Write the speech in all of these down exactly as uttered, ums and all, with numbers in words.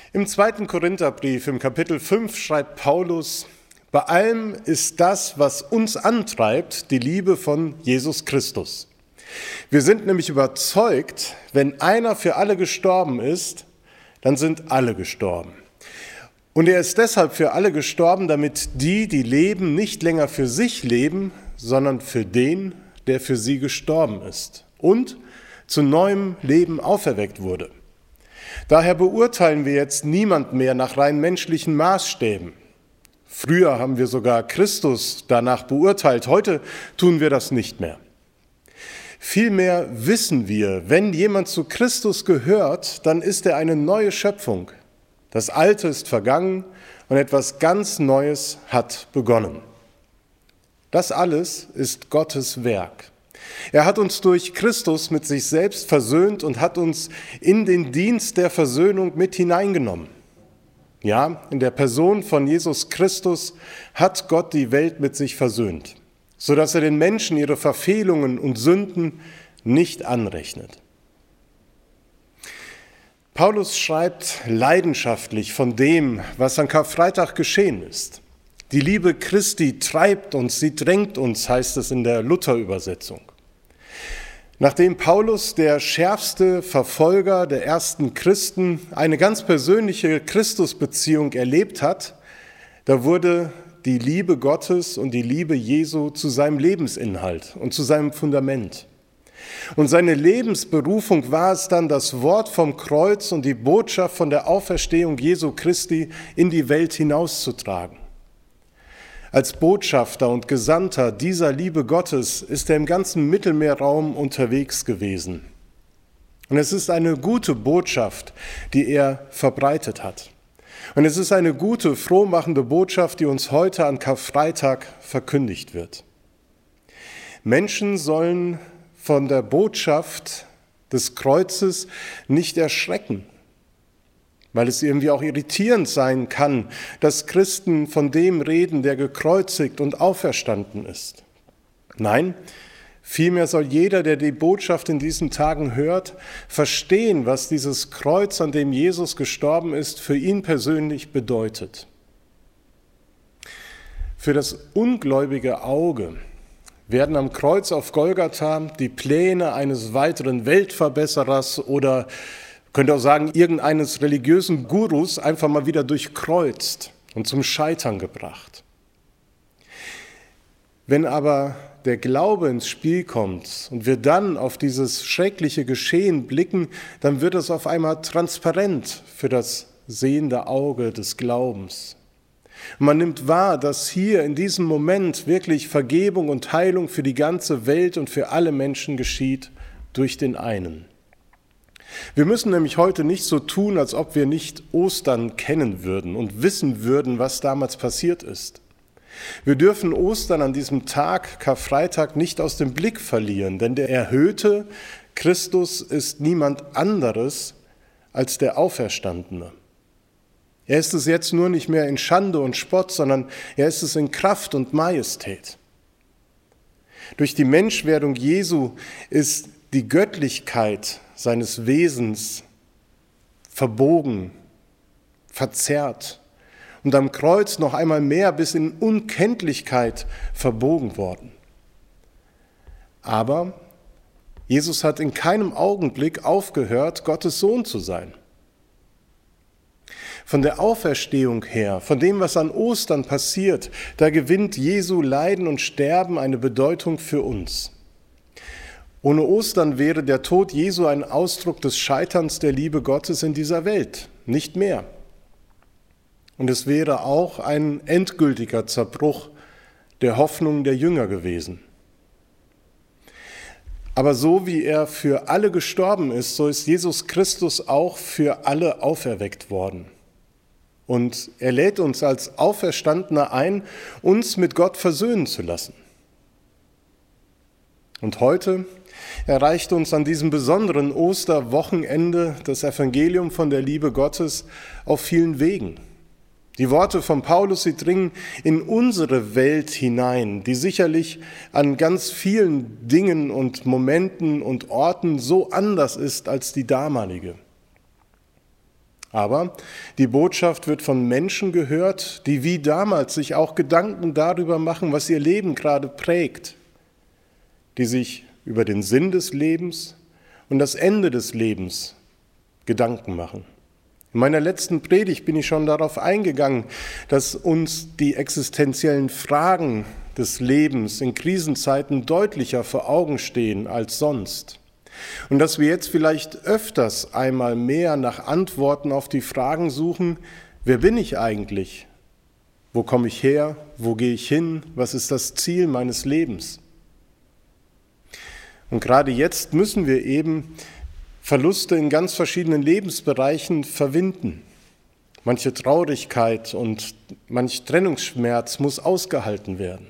Im zweiten Korintherbrief, im Kapitel fünf, schreibt Paulus: Bei allem ist das, was uns antreibt, die Liebe von Jesus Christus. Wir sind nämlich überzeugt, wenn einer für alle gestorben ist, dann sind alle gestorben. Und er ist deshalb für alle gestorben, damit die, die leben, nicht länger für sich leben, sondern für den, der für sie gestorben ist und zu neuem Leben auferweckt wurde. Daher beurteilen wir jetzt niemand mehr nach rein menschlichen Maßstäben. Früher haben wir sogar Christus danach beurteilt, heute tun wir das nicht mehr. Vielmehr wissen wir, wenn jemand zu Christus gehört, dann ist er eine neue Schöpfung. Das Alte ist vergangen und etwas ganz Neues hat begonnen. Das alles ist Gottes Werk. Er hat uns durch Christus mit sich selbst versöhnt und hat uns in den Dienst der Versöhnung mit hineingenommen. Ja, in der Person von Jesus Christus hat Gott die Welt mit sich versöhnt, sodass er den Menschen ihre Verfehlungen und Sünden nicht anrechnet. Paulus schreibt leidenschaftlich von dem, was an Karfreitag geschehen ist. Die Liebe Christi treibt uns, sie drängt uns, heißt es in der Luther-Übersetzung. Nachdem Paulus, der schärfste Verfolger der ersten Christen, eine ganz persönliche Christusbeziehung erlebt hat, da wurde die Liebe Gottes und die Liebe Jesu zu seinem Lebensinhalt und zu seinem Fundament. Und seine Lebensberufung war es dann, das Wort vom Kreuz und die Botschaft von der Auferstehung Jesu Christi in die Welt hinauszutragen. Als Botschafter und Gesandter dieser Liebe Gottes ist er im ganzen Mittelmeerraum unterwegs gewesen. Und es ist eine gute Botschaft, die er verbreitet hat. Und es ist eine gute, frohmachende Botschaft, die uns heute an Karfreitag verkündigt wird. Menschen sollen von der Botschaft des Kreuzes nicht erschrecken, weil es irgendwie auch irritierend sein kann, dass Christen von dem reden, der gekreuzigt und auferstanden ist. Nein, vielmehr soll jeder, der die Botschaft in diesen Tagen hört, verstehen, was dieses Kreuz, an dem Jesus gestorben ist, für ihn persönlich bedeutet. Für das ungläubige Auge werden am Kreuz auf Golgatha die Pläne eines weiteren Weltverbesserers oder, könnte auch sagen, irgendeines religiösen Gurus einfach mal wieder durchkreuzt und zum Scheitern gebracht. Wenn aber der Glaube ins Spiel kommt und wir dann auf dieses schreckliche Geschehen blicken, dann wird es auf einmal transparent für das sehende Auge des Glaubens. Man nimmt wahr, dass hier in diesem Moment wirklich Vergebung und Heilung für die ganze Welt und für alle Menschen geschieht durch den einen. Wir müssen nämlich heute nicht so tun, als ob wir nicht Ostern kennen würden und wissen würden, was damals passiert ist. Wir dürfen Ostern an diesem Tag, Karfreitag, nicht aus dem Blick verlieren, denn der erhöhte Christus ist niemand anderes als der Auferstandene. Er ist es jetzt nur nicht mehr in Schande und Spott, sondern er ist es in Kraft und Majestät. Durch die Menschwerdung Jesu ist die Göttlichkeit seines Wesens verbogen, verzerrt und am Kreuz noch einmal mehr bis in Unkenntlichkeit verbogen worden. Aber Jesus hat in keinem Augenblick aufgehört, Gottes Sohn zu sein. Von der Auferstehung her, von dem, was an Ostern passiert, da gewinnt Jesu Leiden und Sterben eine Bedeutung für uns. Ohne Ostern wäre der Tod Jesu ein Ausdruck des Scheiterns der Liebe Gottes in dieser Welt, nicht mehr. Und es wäre auch ein endgültiger Zerbruch der Hoffnung der Jünger gewesen. Aber so wie er für alle gestorben ist, so ist Jesus Christus auch für alle auferweckt worden. Und er lädt uns als Auferstandener ein, uns mit Gott versöhnen zu lassen. Und heute erreicht uns an diesem besonderen Osterwochenende das Evangelium von der Liebe Gottes auf vielen Wegen. Die Worte von Paulus, sie dringen in unsere Welt hinein, die sicherlich an ganz vielen Dingen und Momenten und Orten so anders ist als die damalige. Aber die Botschaft wird von Menschen gehört, die wie damals sich auch Gedanken darüber machen, was ihr Leben gerade prägt, die sich über den Sinn des Lebens und das Ende des Lebens Gedanken machen. In meiner letzten Predigt bin ich schon darauf eingegangen, dass uns die existenziellen Fragen des Lebens in Krisenzeiten deutlicher vor Augen stehen als sonst. Und dass wir jetzt vielleicht öfters einmal mehr nach Antworten auf die Fragen suchen, wer bin ich eigentlich? Wo komme ich her? Wo gehe ich hin? Was ist das Ziel meines Lebens? Und gerade jetzt müssen wir eben Verluste in ganz verschiedenen Lebensbereichen verwinden. Manche Traurigkeit und manch Trennungsschmerz muss ausgehalten werden.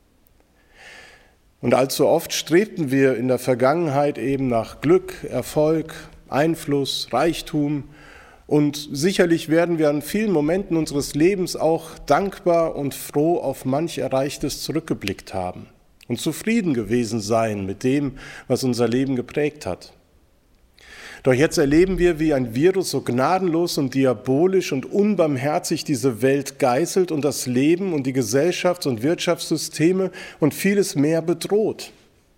Und allzu oft strebten wir in der Vergangenheit eben nach Glück, Erfolg, Einfluss, Reichtum. Und sicherlich werden wir an vielen Momenten unseres Lebens auch dankbar und froh auf manch Erreichtes zurückgeblickt haben und zufrieden gewesen sein mit dem, was unser Leben geprägt hat. Doch jetzt erleben wir, wie ein Virus so gnadenlos und diabolisch und unbarmherzig diese Welt geißelt und das Leben und die Gesellschafts- und Wirtschaftssysteme und vieles mehr bedroht.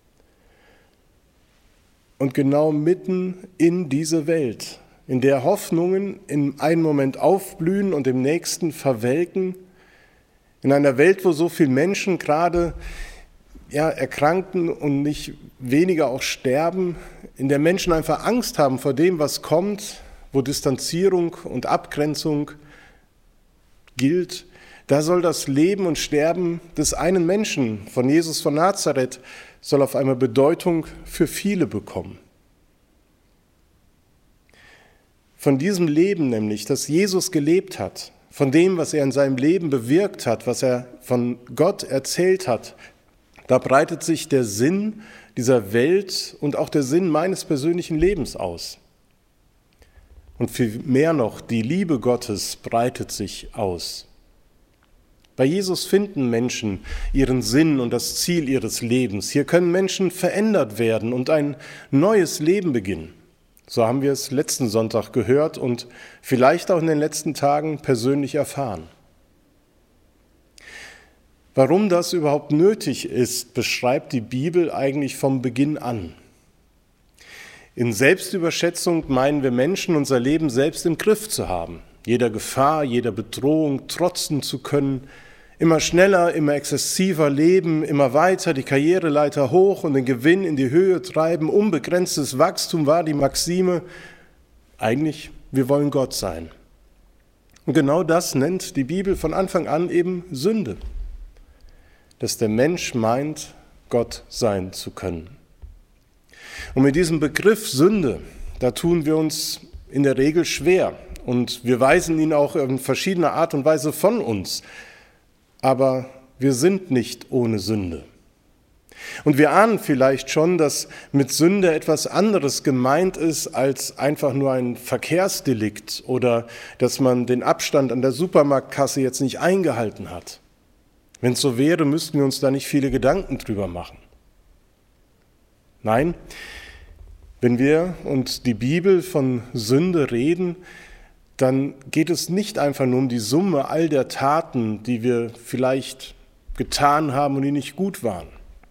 Und genau mitten in diese Welt, in der Hoffnungen in einem Moment aufblühen und im nächsten verwelken, in einer Welt, wo so viele Menschen gerade ja, erkranken und nicht weniger auch sterben, in der Menschen einfach Angst haben vor dem, was kommt, wo Distanzierung und Abgrenzung gilt, da soll das Leben und Sterben des einen Menschen, von Jesus von Nazareth, soll auf einmal Bedeutung für viele bekommen. Von diesem Leben nämlich, das Jesus gelebt hat, von dem, was er in seinem Leben bewirkt hat, was er von Gott erzählt hat, da breitet sich der Sinn dieser Welt und auch der Sinn meines persönlichen Lebens aus. Und viel mehr noch, die Liebe Gottes breitet sich aus. Bei Jesus finden Menschen ihren Sinn und das Ziel ihres Lebens. Hier können Menschen verändert werden und ein neues Leben beginnen. So haben wir es letzten Sonntag gehört und vielleicht auch in den letzten Tagen persönlich erfahren. Warum das überhaupt nötig ist, beschreibt die Bibel eigentlich vom Beginn an. In Selbstüberschätzung meinen wir Menschen, unser Leben selbst im Griff zu haben, jeder Gefahr, jeder Bedrohung trotzen zu können, immer schneller, immer exzessiver leben, immer weiter die Karriereleiter hoch und den Gewinn in die Höhe treiben. Unbegrenztes Wachstum war die Maxime. Eigentlich, wir wollen Gott sein. Und genau das nennt die Bibel von Anfang an eben Sünde. Dass der Mensch meint, Gott sein zu können. Und mit diesem Begriff Sünde, da tun wir uns in der Regel schwer und wir weisen ihn auch in verschiedener Art und Weise von uns. Aber wir sind nicht ohne Sünde. Und wir ahnen vielleicht schon, dass mit Sünde etwas anderes gemeint ist als einfach nur ein Verkehrsdelikt oder dass man den Abstand an der Supermarktkasse jetzt nicht eingehalten hat. Wenn es so wäre, müssten wir uns da nicht viele Gedanken drüber machen. Nein, wenn wir und die Bibel von Sünde reden, dann geht es nicht einfach nur um die Summe all der Taten, die wir vielleicht getan haben und die nicht gut waren.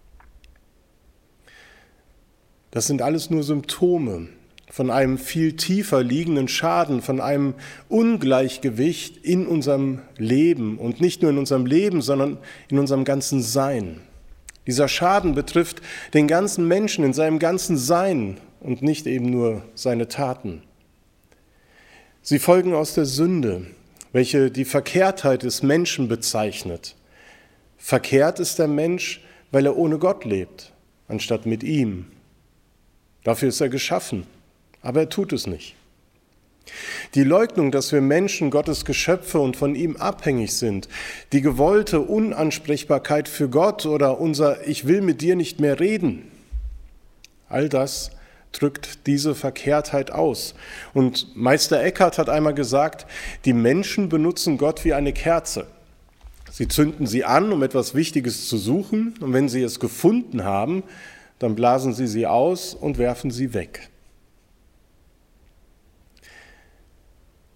Das sind alles nur Symptome von einem viel tiefer liegenden Schaden, von einem Ungleichgewicht in unserem Leben und nicht nur in unserem Leben, sondern in unserem ganzen Sein. Dieser Schaden betrifft den ganzen Menschen in seinem ganzen Sein und nicht eben nur seine Taten. Sie folgen aus der Sünde, welche die Verkehrtheit des Menschen bezeichnet. Verkehrt ist der Mensch, weil er ohne Gott lebt, anstatt mit ihm. Dafür ist er geschaffen. Aber er tut es nicht. Die Leugnung, dass wir Menschen Gottes Geschöpfe und von ihm abhängig sind, die gewollte Unansprechbarkeit für Gott oder unser Ich will mit dir nicht mehr reden, all das drückt diese Verkehrtheit aus. Und Meister Eckhart hat einmal gesagt, die Menschen benutzen Gott wie eine Kerze. Sie zünden sie an, um etwas Wichtiges zu suchen, und wenn sie es gefunden haben, dann blasen sie sie aus und werfen sie weg.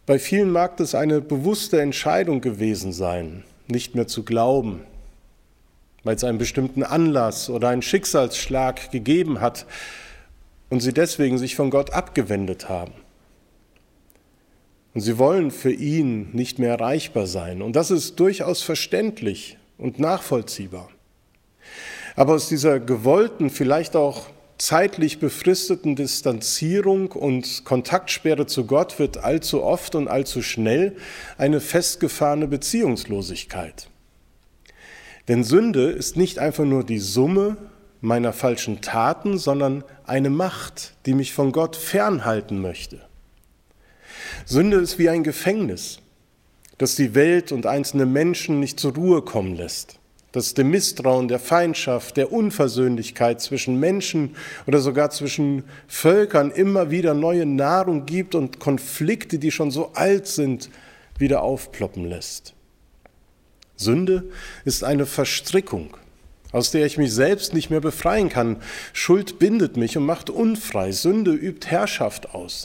Bei vielen mag das eine bewusste Entscheidung gewesen sein, nicht mehr zu glauben, weil es einen bestimmten Anlass oder einen Schicksalsschlag gegeben hat und sie deswegen sich von Gott abgewendet haben. Und sie wollen für ihn nicht mehr erreichbar sein. Und das ist durchaus verständlich und nachvollziehbar. Aber aus dieser gewollten, vielleicht auch zeitlich befristeten Distanzierung und Kontaktsperre zu Gott wird allzu oft und allzu schnell eine festgefahrene Beziehungslosigkeit. Denn Sünde ist nicht einfach nur die Summe meiner falschen Taten, sondern eine Macht, die mich von Gott fernhalten möchte. Sünde ist wie ein Gefängnis, das die Welt und einzelne Menschen nicht zur Ruhe kommen lässt, das dem Misstrauen, der Feindschaft, der Unversöhnlichkeit zwischen Menschen oder sogar zwischen Völkern immer wieder neue Nahrung gibt und Konflikte, die schon so alt sind, wieder aufploppen lässt. Sünde ist eine Verstrickung, aus der ich mich selbst nicht mehr befreien kann. Schuld bindet mich und macht unfrei. Sünde übt Herrschaft aus.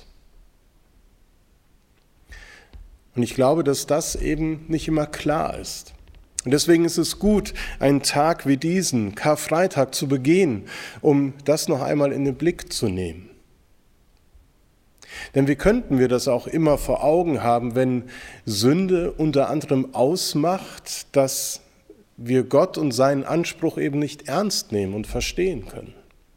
Und ich glaube, dass das eben nicht immer klar ist. Und deswegen ist es gut, einen Tag wie diesen, Karfreitag, zu begehen, um das noch einmal in den Blick zu nehmen. Denn wie könnten wir das auch immer vor Augen haben, wenn Sünde unter anderem ausmacht, dass wir Gott und seinen Anspruch eben nicht ernst nehmen und verstehen können?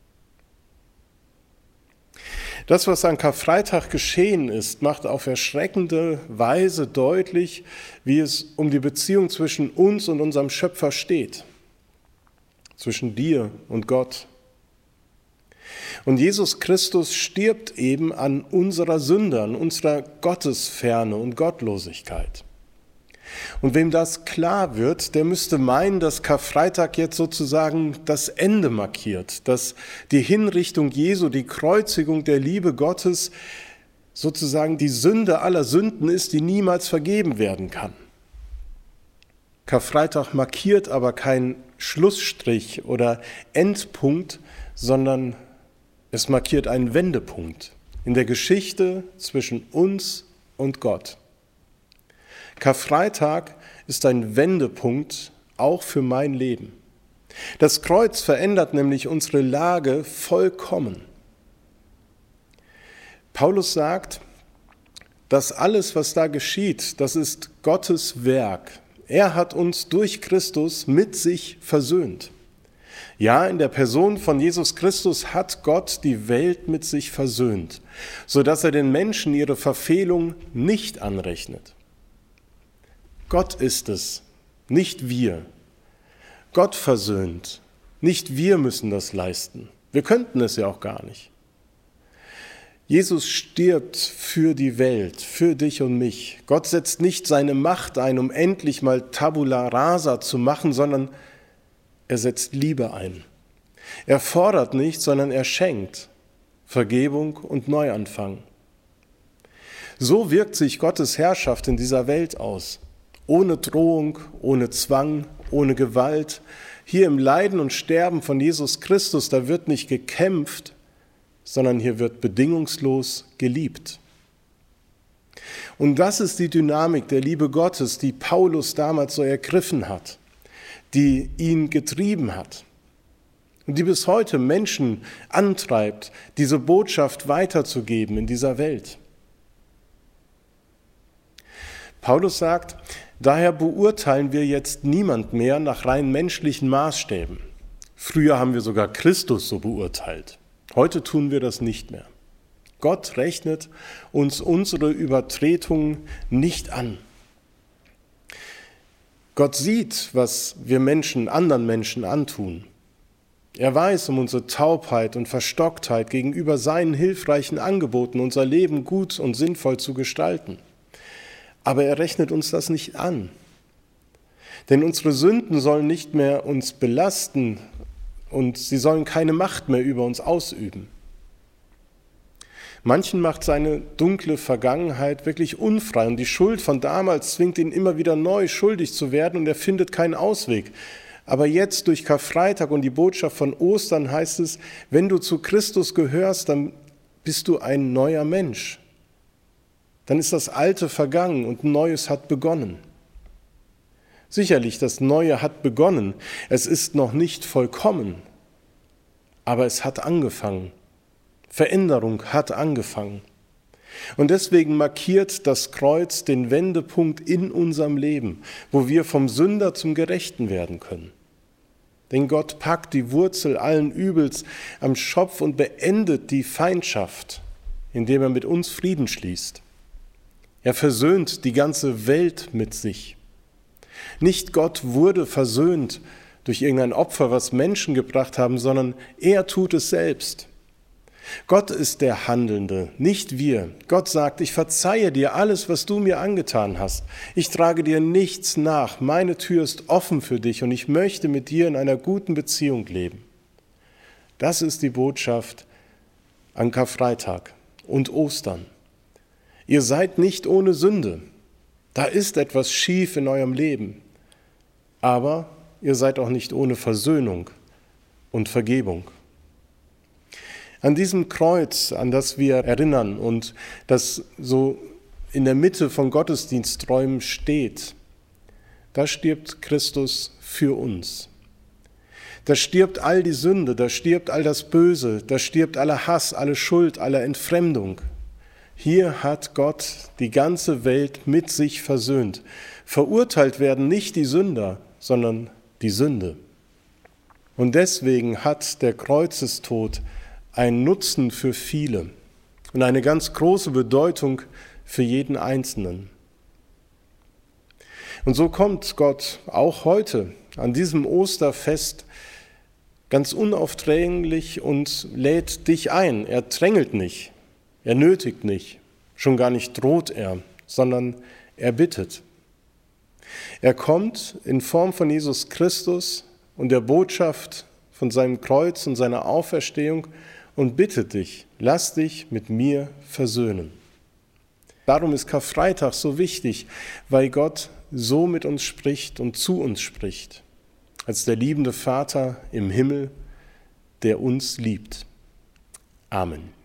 Das, was an Karfreitag geschehen ist, macht auf erschreckende Weise deutlich, wie es um die Beziehung zwischen uns und unserem Schöpfer steht, zwischen dir und Gott. Und Jesus Christus stirbt eben an unserer Sünde, an unserer Gottesferne und Gottlosigkeit. Und wem das klar wird, der müsste meinen, dass Karfreitag jetzt sozusagen das Ende markiert, dass die Hinrichtung Jesu, die Kreuzigung der Liebe Gottes sozusagen die Sünde aller Sünden ist, die niemals vergeben werden kann. Karfreitag markiert aber keinen Schlussstrich oder Endpunkt, sondern es markiert einen Wendepunkt in der Geschichte zwischen uns und Gott. Karfreitag ist ein Wendepunkt auch für mein Leben. Das Kreuz verändert nämlich unsere Lage vollkommen. Paulus sagt, dass alles, was da geschieht, das ist Gottes Werk. Er hat uns durch Christus mit sich versöhnt. Ja, in der Person von Jesus Christus hat Gott die Welt mit sich versöhnt, sodass er den Menschen ihre Verfehlung nicht anrechnet. Gott ist es, nicht wir. Gott versöhnt, nicht wir müssen das leisten. Wir könnten es ja auch gar nicht. Jesus stirbt für die Welt, für dich und mich. Gott setzt nicht seine Macht ein, um endlich mal Tabula rasa zu machen, sondern er setzt Liebe ein. Er fordert nicht, sondern er schenkt Vergebung und Neuanfang. So wirkt sich Gottes Herrschaft in dieser Welt aus. Ohne Drohung, ohne Zwang, ohne Gewalt. Hier im Leiden und Sterben von Jesus Christus, da wird nicht gekämpft, sondern hier wird bedingungslos geliebt. Und das ist die Dynamik der Liebe Gottes, die Paulus damals so ergriffen hat, die ihn getrieben hat und die bis heute Menschen antreibt, diese Botschaft weiterzugeben in dieser Welt. Paulus sagt, daher beurteilen wir jetzt niemand mehr nach rein menschlichen Maßstäben. Früher haben wir sogar Christus so beurteilt. Heute tun wir das nicht mehr. Gott rechnet uns unsere Übertretungen nicht an. Gott sieht, was wir Menschen anderen Menschen antun. Er weiß um unsere Taubheit und Verstocktheit gegenüber seinen hilfreichen Angeboten, unser Leben gut und sinnvoll zu gestalten. Aber er rechnet uns das nicht an. Denn unsere Sünden sollen nicht mehr uns belasten und sie sollen keine Macht mehr über uns ausüben. Manchen macht seine dunkle Vergangenheit wirklich unfrei und die Schuld von damals zwingt ihn immer wieder neu schuldig zu werden und er findet keinen Ausweg. Aber jetzt durch Karfreitag und die Botschaft von Ostern heißt es, wenn du zu Christus gehörst, dann bist du ein neuer Mensch. dann ist das Alte vergangen und Neues hat begonnen. Sicherlich, das Neue hat begonnen. Es ist noch nicht vollkommen, aber es hat angefangen. Veränderung hat angefangen. Und deswegen markiert das Kreuz den Wendepunkt in unserem Leben, wo wir vom Sünder zum Gerechten werden können. Denn Gott packt die Wurzel allen Übels am Schopf und beendet die Feindschaft, indem er mit uns Frieden schließt. Er versöhnt die ganze Welt mit sich. Nicht Gott wurde versöhnt durch irgendein Opfer, was Menschen gebracht haben, sondern er tut es selbst. Gott ist der Handelnde, nicht wir. Gott sagt, ich verzeihe dir alles, was du mir angetan hast. Ich trage dir nichts nach. Meine Tür ist offen für dich und ich möchte mit dir in einer guten Beziehung leben. Das ist die Botschaft an Karfreitag und Ostern. Ihr seid nicht ohne Sünde. Da ist etwas schief in eurem Leben. Aber ihr seid auch nicht ohne Versöhnung und Vergebung. An diesem Kreuz, an das wir erinnern und das so in der Mitte von Gottesdiensträumen steht, da stirbt Christus für uns. Da stirbt all die Sünde, da stirbt all das Böse, da stirbt aller Hass, alle Schuld, alle Entfremdung. Hier hat Gott die ganze Welt mit sich versöhnt. Verurteilt werden nicht die Sünder, sondern die Sünde. Und deswegen hat der Kreuzestod einen Nutzen für viele und eine ganz große Bedeutung für jeden Einzelnen. Und so kommt Gott auch heute an diesem Osterfest ganz unaufdringlich und lädt dich ein. Er drängelt nicht, er nötigt nicht, schon gar nicht droht er, sondern er bittet. Er kommt in Form von Jesus Christus und der Botschaft von seinem Kreuz und seiner Auferstehung und bittet dich, lass dich mit mir versöhnen. Darum ist Karfreitag so wichtig, weil Gott so mit uns spricht und zu uns spricht, als der liebende Vater im Himmel, der uns liebt. Amen.